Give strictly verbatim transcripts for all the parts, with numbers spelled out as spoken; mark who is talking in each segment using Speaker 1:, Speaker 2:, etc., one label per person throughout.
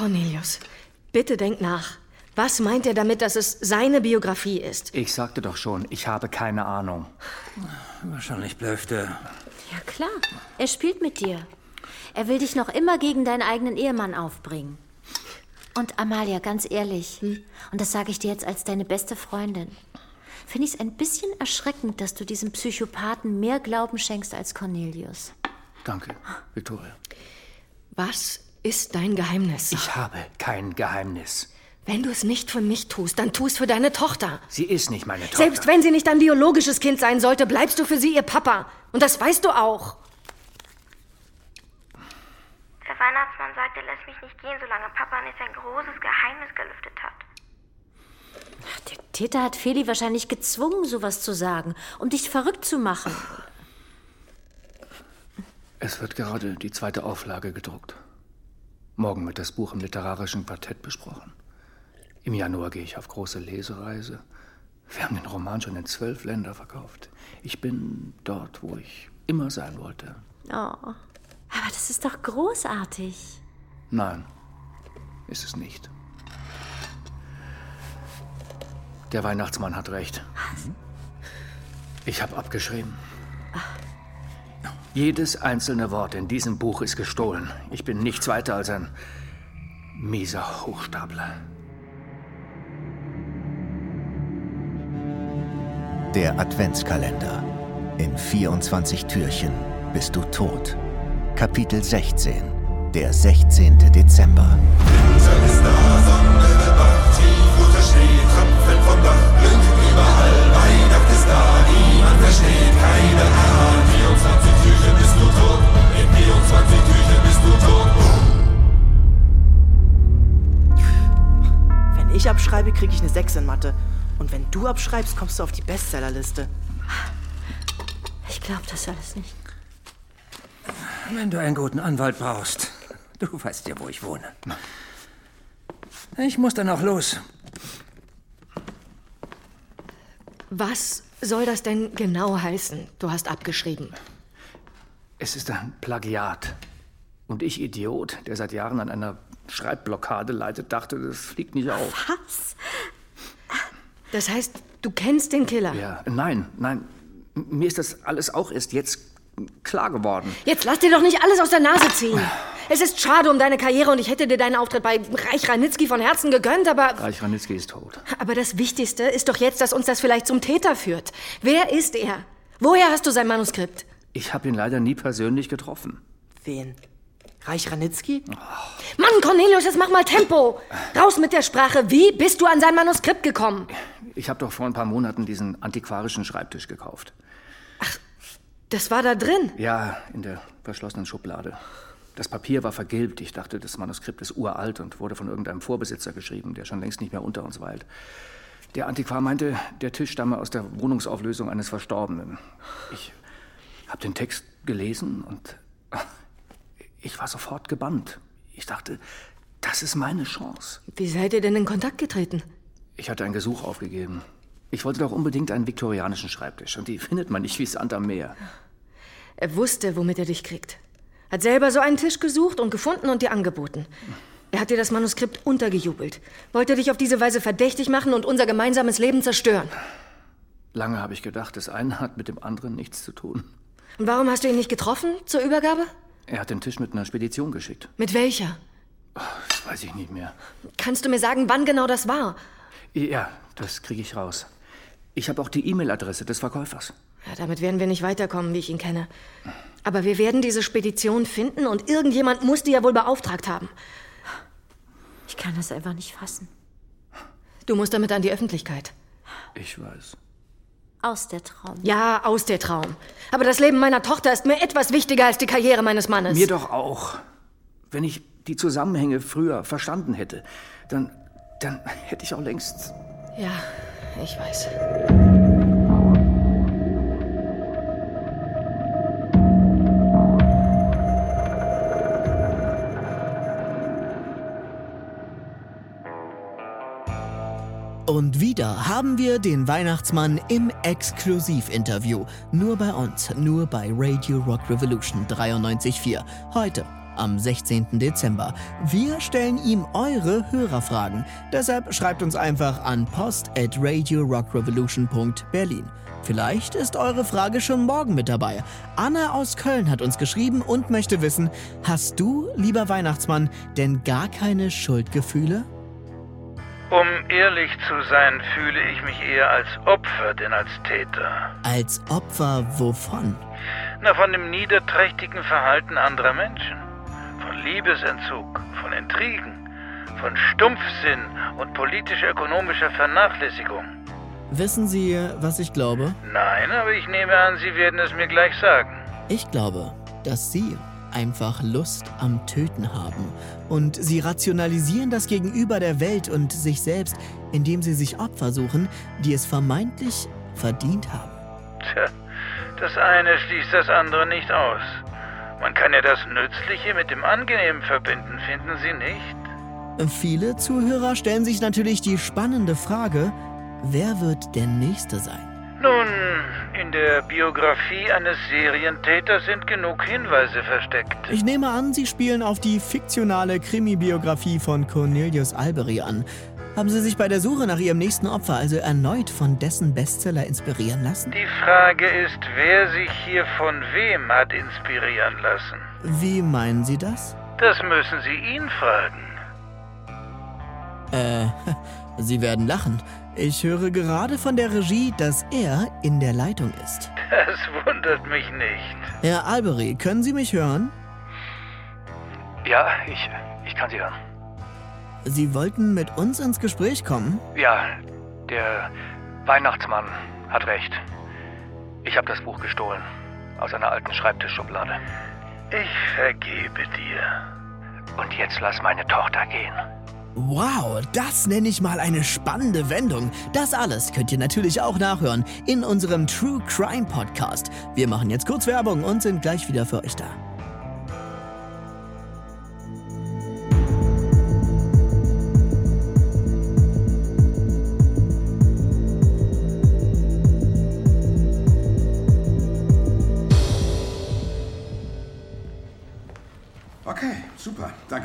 Speaker 1: Cornelius, bitte denk nach. Was meint er damit, dass es seine Biografie ist?
Speaker 2: Ich sagte doch schon, ich habe keine Ahnung.
Speaker 3: Wahrscheinlich blöfft er.
Speaker 4: Ja klar, er spielt mit dir. Er will dich noch immer gegen deinen eigenen Ehemann aufbringen. Und Amalia, ganz ehrlich, hm? und das sage ich dir jetzt als deine beste Freundin, finde ich es ein bisschen erschreckend, dass du diesem Psychopathen mehr Glauben schenkst als Cornelius.
Speaker 2: Danke, Victoria.
Speaker 1: Was ist dein Geheimnis?
Speaker 2: Ich habe kein Geheimnis.
Speaker 1: Wenn du es nicht für mich tust, dann tu es für deine Tochter.
Speaker 2: Sie ist nicht meine Tochter.
Speaker 1: Selbst wenn sie nicht dein biologisches Kind sein sollte, bleibst du für sie ihr Papa. Und das weißt du auch.
Speaker 5: Der Weihnachtsmann sagt, er lässt mich nicht gehen, solange Papa nicht sein großes Geheimnis gelüftet hat.
Speaker 4: Der Täter hat Feli wahrscheinlich gezwungen, sowas zu sagen, um dich verrückt zu machen.
Speaker 2: Es wird gerade die zweite Auflage gedruckt. Morgen wird das Buch im literarischen Quartett besprochen. Im Januar gehe ich auf große Lesereise. Wir haben den Roman schon in zwölf Länder verkauft. Ich bin dort, wo ich immer sein wollte.
Speaker 4: Oh, aber das ist doch großartig.
Speaker 2: Nein, ist es nicht. Der Weihnachtsmann hat recht.
Speaker 4: Was?
Speaker 2: Ich habe abgeschrieben. Jedes einzelne Wort in diesem Buch ist gestohlen. Ich bin nichts weiter als ein mieser Hochstapler.
Speaker 6: Der Adventskalender. In vierundzwanzig Türchen bist du tot. Kapitel sechzehn. Der sechzehnte Dezember.
Speaker 7: Winter ist da, Sonne wird wach, tief unter Schnee, Tröpfchen vom Dach, Glück überall, Weihnacht ist da, niemand versteht, keiner erahnt. vierundzwanzig Türchen bist du tot, in vierundzwanzig Türchen bist du tot.
Speaker 8: Wenn ich abschreibe, kriege ich eine sechs in Mathe. Und wenn du abschreibst, kommst du auf die Bestsellerliste.
Speaker 4: Ich glaube das alles nicht.
Speaker 3: Wenn du einen guten Anwalt brauchst, du weißt ja, wo ich wohne. Ich muss dann auch los.
Speaker 1: Was soll das denn genau heißen? Du hast abgeschrieben.
Speaker 2: Es ist ein Plagiat. Und ich, Idiot, der seit Jahren an einer Schreibblockade leidet, dachte, das fliegt nicht auf.
Speaker 4: Was?
Speaker 1: Das heißt, du kennst den Killer?
Speaker 2: Ja, nein, nein. Mir ist das alles auch erst jetzt klar geworden.
Speaker 1: Jetzt lass dir doch nicht alles aus der Nase ziehen. Es ist schade um deine Karriere und ich hätte dir deinen Auftritt bei Reich Ranitzky von Herzen gegönnt, aber...
Speaker 2: Reich Ranitzky ist tot.
Speaker 1: Aber das Wichtigste ist doch jetzt, dass uns das vielleicht zum Täter führt. Wer ist er? Woher hast du sein Manuskript?
Speaker 2: Ich habe ihn leider nie persönlich getroffen.
Speaker 8: Wen? Reich Ranitzky?
Speaker 2: Oh.
Speaker 1: Mann, Cornelius, jetzt mach mal Tempo. Raus mit der Sprache. Wie bist du an sein Manuskript gekommen?
Speaker 2: Ich habe doch vor ein paar Monaten diesen antiquarischen Schreibtisch gekauft.
Speaker 1: Ach, das war da drin?
Speaker 2: Ja, in der verschlossenen Schublade. Das Papier war vergilbt. Ich dachte, das Manuskript ist uralt und wurde von irgendeinem Vorbesitzer geschrieben, der schon längst nicht mehr unter uns weilt. Der Antiquar meinte, der Tisch stamme aus der Wohnungsauflösung eines Verstorbenen. Ich habe den Text gelesen und ich war sofort gebannt. Ich dachte, das ist meine Chance.
Speaker 1: Wie seid ihr denn in Kontakt getreten?
Speaker 2: Ich hatte ein Gesuch aufgegeben. Ich wollte doch unbedingt einen viktorianischen Schreibtisch. Und die findet man nicht wie Sand am Meer.
Speaker 1: Er wusste, womit er dich kriegt. Hat selber so einen Tisch gesucht und gefunden und dir angeboten. Er hat dir das Manuskript untergejubelt. Wollte dich auf diese Weise verdächtig machen und unser gemeinsames Leben zerstören.
Speaker 2: Lange habe ich gedacht, das eine hat mit dem anderen nichts zu tun.
Speaker 1: Und warum hast du ihn nicht getroffen zur Übergabe?
Speaker 2: Er hat den Tisch mit einer Spedition geschickt.
Speaker 1: Mit welcher?
Speaker 2: Oh, das weiß ich nicht mehr.
Speaker 1: Kannst du mir sagen, wann genau das war?
Speaker 2: Ja, das kriege ich raus. Ich habe auch die E-Mail-Adresse des Verkäufers.
Speaker 1: Ja, damit werden wir nicht weiterkommen, wie ich ihn kenne. Aber wir werden diese Spedition finden und irgendjemand muss die ja wohl beauftragt haben.
Speaker 4: Ich kann das einfach nicht fassen.
Speaker 1: Du musst damit an die Öffentlichkeit.
Speaker 2: Ich weiß.
Speaker 4: Aus der Traum.
Speaker 1: Ja, aus der Traum. Aber das Leben meiner Tochter ist mir etwas wichtiger als die Karriere meines Mannes.
Speaker 2: Mir doch auch. Wenn ich die Zusammenhänge früher verstanden hätte, dann, dann hätte ich auch längst...
Speaker 1: Ja, ich weiß.
Speaker 9: Und wieder haben wir den Weihnachtsmann im Exklusivinterview. Nur bei uns, nur bei Radio Rock Revolution dreiundneunzig Komma vier. Heute am sechzehnten Dezember. Wir stellen ihm eure Hörerfragen. Deshalb schreibt uns einfach an post at radio rock revolution punkt berlin. Vielleicht ist eure Frage schon morgen mit dabei. Anna aus Köln hat uns geschrieben und möchte wissen, hast du, lieber Weihnachtsmann, denn gar keine Schuldgefühle?
Speaker 10: Um ehrlich zu sein, fühle ich mich eher als Opfer, denn als Täter.
Speaker 9: Als Opfer wovon?
Speaker 10: Na, von dem niederträchtigen Verhalten anderer Menschen. Von Liebesentzug, von Intrigen, von Stumpfsinn und politisch-ökonomischer Vernachlässigung.
Speaker 9: Wissen Sie, was ich glaube?
Speaker 10: Nein, aber ich nehme an, Sie werden es mir gleich sagen.
Speaker 9: Ich glaube, dass Sie einfach Lust am Töten haben. Und Sie rationalisieren das gegenüber der Welt und sich selbst, indem Sie sich Opfer suchen, die es vermeintlich verdient haben.
Speaker 10: Tja, das eine schließt das andere nicht aus. Man kann ja das Nützliche mit dem Angenehmen verbinden, finden Sie nicht?
Speaker 9: Viele Zuhörer stellen sich natürlich die spannende Frage, wer wird der Nächste sein?
Speaker 10: Nun, in der Biografie eines Serientäters sind genug Hinweise versteckt.
Speaker 9: Ich nehme an, Sie spielen auf die fiktionale Krimi-Biografie von Cornelius Albery an. Haben Sie sich bei der Suche nach Ihrem nächsten Opfer also erneut von dessen Bestseller inspirieren lassen?
Speaker 10: Die Frage ist, wer sich hier von wem hat inspirieren lassen.
Speaker 9: Wie meinen Sie das?
Speaker 10: Das müssen Sie ihn fragen.
Speaker 9: Äh, Sie werden lachen. Ich höre gerade von der Regie, dass er in der Leitung ist.
Speaker 10: Das wundert mich nicht.
Speaker 9: Herr Albery, können Sie mich hören?
Speaker 2: Ja, ich, ich kann Sie hören.
Speaker 9: Sie wollten mit uns ins Gespräch kommen?
Speaker 2: Ja, der Weihnachtsmann hat recht. Ich habe das Buch gestohlen. Aus einer alten Schreibtischschublade.
Speaker 10: Ich vergebe dir.
Speaker 2: Und jetzt lass meine Tochter gehen.
Speaker 9: Wow, das nenne ich mal eine spannende Wendung. Das alles könnt ihr natürlich auch nachhören in unserem True Crime Podcast. Wir machen jetzt kurz Werbung und sind gleich wieder für euch da.
Speaker 11: Okay, super, danke.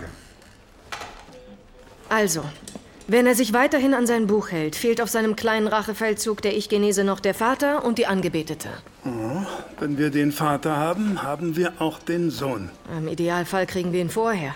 Speaker 1: Also, wenn er sich weiterhin an sein Buch hält, fehlt auf seinem kleinen Rachefeldzug der Ich-Genese noch der Vater und die Angebetete.
Speaker 12: Oh, wenn wir den Vater haben, haben wir auch den Sohn.
Speaker 1: Im Idealfall kriegen wir ihn vorher.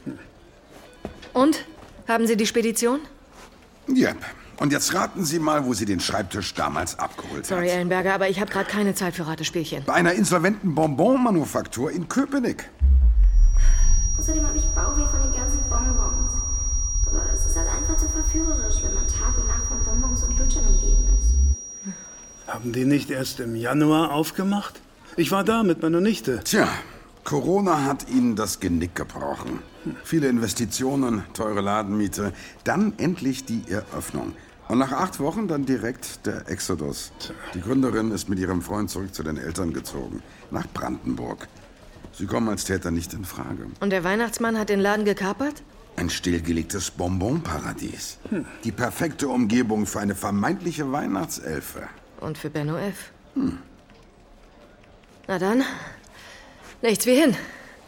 Speaker 1: Und? Haben Sie die Spedition?
Speaker 11: Ja. Und jetzt raten Sie mal, wo sie den Schreibtisch damals abgeholt
Speaker 1: Sorry,
Speaker 11: hat.
Speaker 1: Ellenberger, aber ich habe gerade keine Zeit für Ratespielchen.
Speaker 11: Bei einer insolventen Bonbon-Manufaktur in Köpenick.
Speaker 5: Außerdem habe ich Bauchweh von den ganzen Bonbons. Aber es ist halt einfach zu verführerisch, wenn man Tag und Nacht von Bonbons und Lutschern umgeben ist.
Speaker 12: Haben die nicht erst im Januar aufgemacht? Ich war da mit meiner Nichte.
Speaker 11: Tja, Corona hat ihnen das Genick gebrochen. Viele Investitionen, teure Ladenmiete, dann endlich die Eröffnung. Und nach acht Wochen dann direkt der Exodus. Die Gründerin ist mit ihrem Freund zurück zu den Eltern gezogen, nach Brandenburg. Sie kommen als Täter nicht in Frage.
Speaker 1: Und der Weihnachtsmann hat den Laden gekapert?
Speaker 11: Ein stillgelegtes Bonbonparadies. Hm. Die perfekte Umgebung für eine vermeintliche Weihnachtselfe.
Speaker 1: Und für Benno F. Hm. Na dann, nichts wie hin.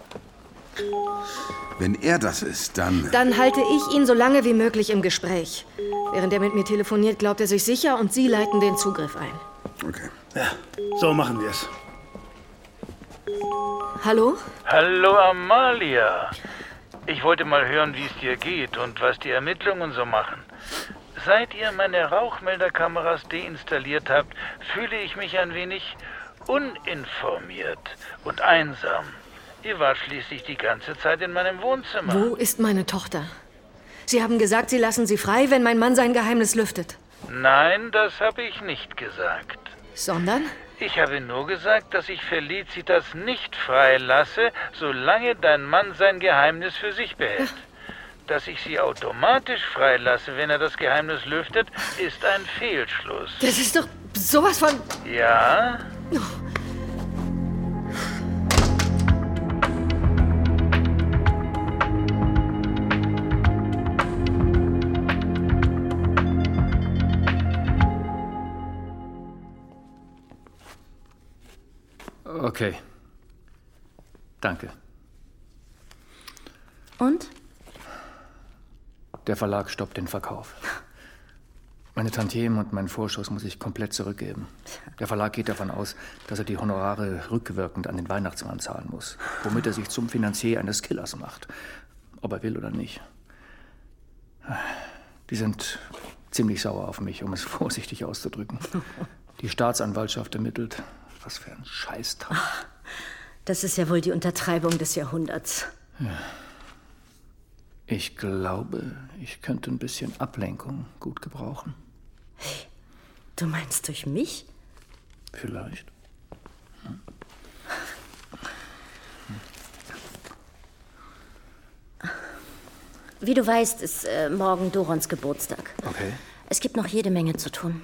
Speaker 11: Wenn er das ist, dann...
Speaker 1: Dann halte ich ihn so lange wie möglich im Gespräch. Während er mit mir telefoniert, glaubt er sich sicher und Sie leiten den Zugriff ein.
Speaker 11: Okay.
Speaker 12: Ja, so machen wir es.
Speaker 1: Hallo?
Speaker 10: Hallo, Amalia. Ich wollte mal hören, wie es dir geht und was die Ermittlungen so machen. Seit ihr meine Rauchmelderkameras deinstalliert habt, fühle ich mich ein wenig uninformiert und einsam. Ihr wart schließlich die ganze Zeit in meinem Wohnzimmer.
Speaker 1: Wo ist meine Tochter? Sie haben gesagt, Sie lassen sie frei, wenn mein Mann sein Geheimnis lüftet.
Speaker 10: Nein, das habe ich nicht gesagt.
Speaker 1: Sondern?
Speaker 10: Ich habe nur gesagt, dass ich Felicitas nicht freilasse, solange dein Mann sein Geheimnis für sich behält. Ja. Dass ich sie automatisch freilasse, wenn er das Geheimnis lüftet, ist ein Fehlschluss.
Speaker 1: Das ist doch sowas von...
Speaker 10: Ja?
Speaker 1: Oh.
Speaker 2: Okay. Danke.
Speaker 4: Und?
Speaker 2: Der Verlag stoppt den Verkauf. Meine Tantiemen und meinen Vorschuss muss ich komplett zurückgeben. Der Verlag geht davon aus, dass er die Honorare rückwirkend an den Weihnachtsmann zahlen muss, womit er sich zum Finanzier eines Killers macht, ob er will oder nicht. Die sind ziemlich sauer auf mich, um es vorsichtig auszudrücken. Die Staatsanwaltschaft ermittelt. Was für ein Scheißtag.
Speaker 4: Das ist ja wohl die Untertreibung des Jahrhunderts.
Speaker 2: Ja. Ich glaube, ich könnte ein bisschen Ablenkung gut gebrauchen.
Speaker 4: Hey, du meinst durch mich?
Speaker 2: Vielleicht. Hm.
Speaker 4: Wie du weißt, ist äh, morgen Dorons Geburtstag.
Speaker 2: Okay.
Speaker 4: Es gibt noch jede Menge zu tun.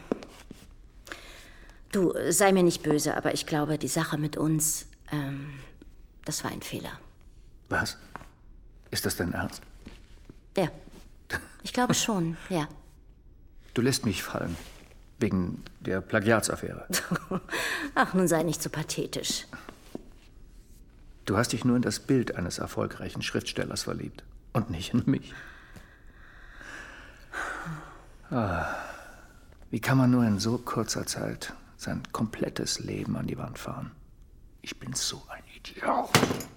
Speaker 4: Du, sei mir nicht böse, aber ich glaube, die Sache mit uns, ähm, das war ein Fehler.
Speaker 2: Was? Ist das dein Ernst?
Speaker 4: Ja. Ich glaube schon, ja.
Speaker 2: Du lässt mich fallen. Wegen der Plagiatsaffäre.
Speaker 4: Ach, nun sei nicht so pathetisch.
Speaker 2: Du hast dich nur in das Bild eines erfolgreichen Schriftstellers verliebt. Und nicht in mich. Ah, wie kann man nur in so kurzer Zeit sein komplettes Leben an die Wand fahren? Ich bin so ein Idiot.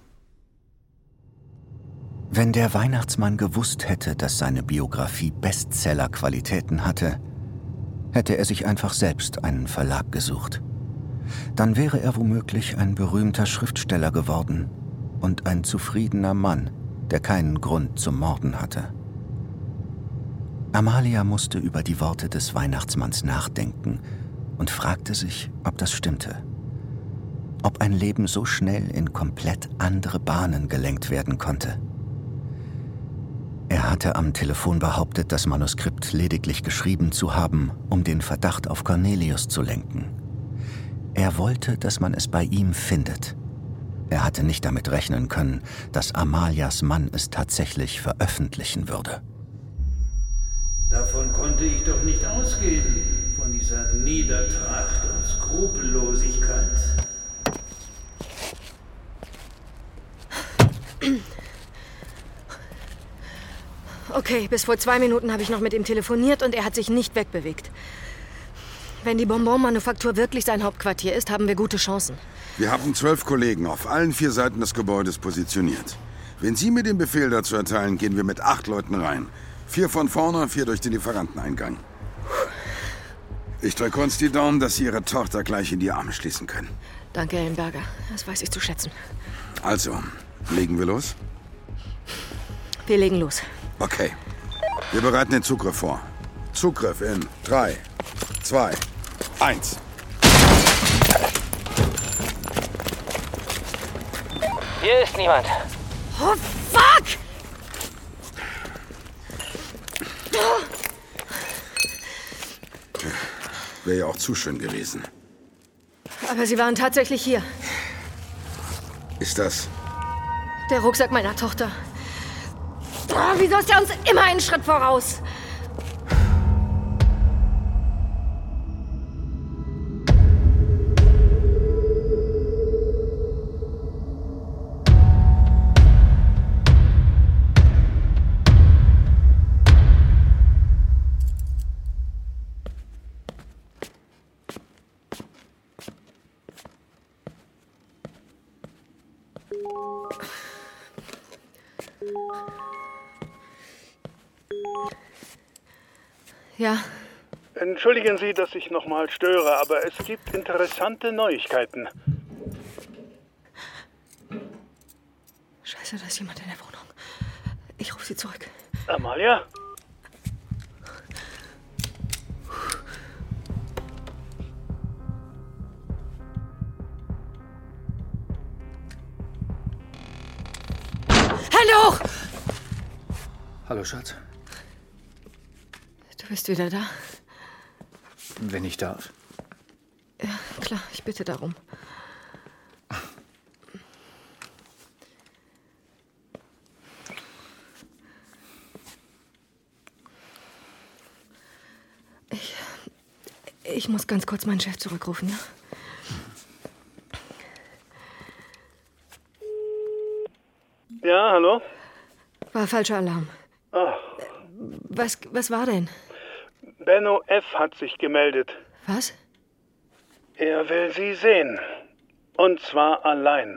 Speaker 6: Wenn der Weihnachtsmann gewusst hätte, dass seine Biografie Bestseller-Qualitäten hatte, hätte er sich einfach selbst einen Verlag gesucht. Dann wäre er womöglich ein berühmter Schriftsteller geworden und ein zufriedener Mann, der keinen Grund zum Morden hatte. Amalia musste über die Worte des Weihnachtsmanns nachdenken und fragte sich, ob das stimmte. Ob ein Leben so schnell in komplett andere Bahnen gelenkt werden konnte. Er hatte am Telefon behauptet, das Manuskript lediglich geschrieben zu haben, um den Verdacht auf Cornelius zu lenken. Er wollte, dass man es bei ihm findet. Er hatte nicht damit rechnen können, dass Amalias Mann es tatsächlich veröffentlichen würde.
Speaker 10: Davon konnte ich doch nicht ausgehen, von dieser Niedertracht und Skrupellosigkeit.
Speaker 1: Okay, bis vor zwei Minuten habe ich noch mit ihm telefoniert und er hat sich nicht wegbewegt. Wenn die Bonbon-Manufaktur wirklich sein Hauptquartier ist, haben wir gute Chancen.
Speaker 11: Wir haben zwölf Kollegen auf allen vier Seiten des Gebäudes positioniert. Wenn Sie mir den Befehl dazu erteilen, gehen wir mit acht Leuten rein. Vier von vorne, vier durch den Lieferanteneingang. Ich drücke uns die Daumen, dass Sie Ihre Tochter gleich in die Arme schließen können.
Speaker 1: Danke, Herr Berger. Das weiß ich zu schätzen.
Speaker 11: Also, legen wir los?
Speaker 1: Wir legen los.
Speaker 11: Okay. Wir bereiten den Zugriff vor. Zugriff in drei, zwei, eins.
Speaker 13: Hier ist niemand.
Speaker 1: Oh, fuck!
Speaker 11: Wäre ja auch zu schön gewesen.
Speaker 1: Aber sie waren tatsächlich hier.
Speaker 11: Ist das?
Speaker 1: Der Rucksack meiner Tochter. Oh, wieso ist er uns immer einen Schritt voraus? Ja.
Speaker 12: Entschuldigen Sie, dass ich nochmal störe, aber es gibt interessante Neuigkeiten.
Speaker 1: Scheiße, da ist jemand in der Wohnung. Ich rufe sie zurück.
Speaker 12: Amalia?
Speaker 1: Hallo!
Speaker 2: Hallo, Schatz.
Speaker 1: Du bist wieder da?
Speaker 2: Wenn ich darf.
Speaker 1: Ja, klar, ich bitte darum. Ich, ich muss ganz kurz meinen Chef zurückrufen, ja?
Speaker 12: Ja, hallo?
Speaker 1: War falscher Alarm.
Speaker 12: Ach.
Speaker 1: Was, was war denn?
Speaker 12: Benno F. hat sich gemeldet.
Speaker 1: Was?
Speaker 12: Er will Sie sehen. Und zwar allein.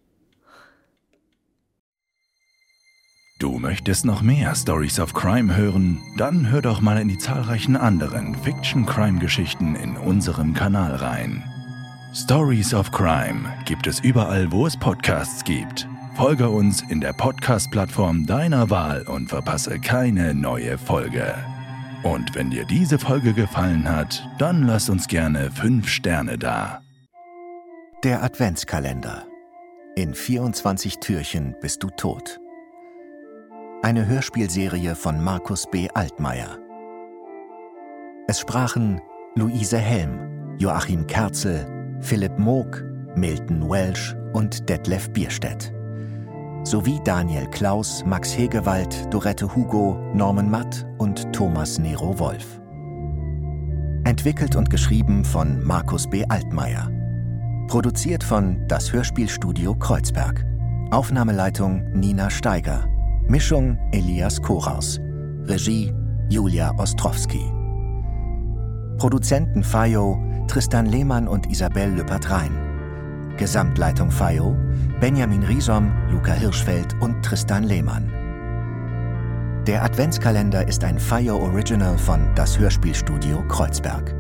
Speaker 14: Du möchtest noch mehr Stories of Crime hören? Dann hör doch mal in die zahlreichen anderen Fiction-Crime-Geschichten in unserem Kanal rein. Stories of Crime gibt es überall, wo es Podcasts gibt. Folge uns in der Podcast-Plattform deiner Wahl und verpasse keine neue Folge. Und wenn dir diese Folge gefallen hat, dann lass uns gerne fünf Sterne da.
Speaker 6: Der Adventskalender. In vierundzwanzig Türchen bist du tot. Eine Hörspielserie von Markus B. Altmaier. Es sprachen Luise Helm, Joachim Kerzel, Philipp Moog, Milton Welsh und Detlef Bierstedt. Sowie Daniel Klaus, Max Hegewald, Dorette Hugo, Norman Matt und Thomas Nero Wolf. Entwickelt und geschrieben von Markus B. Altmaier. Produziert von Das Hörspielstudio Kreuzberg. Aufnahmeleitung Nina Steiger. Mischung Elias Koraus. Regie Julia Ostrowski. Produzenten Fayo Tristan Lehmann und Isabel Lüppert-Rhein. Gesamtleitung Fayo Benjamin Riesom, Luca Hirschfeld und Tristan Lehmann. Der Adventskalender ist ein Fayo Original von Das Hörspielstudio Kreuzberg.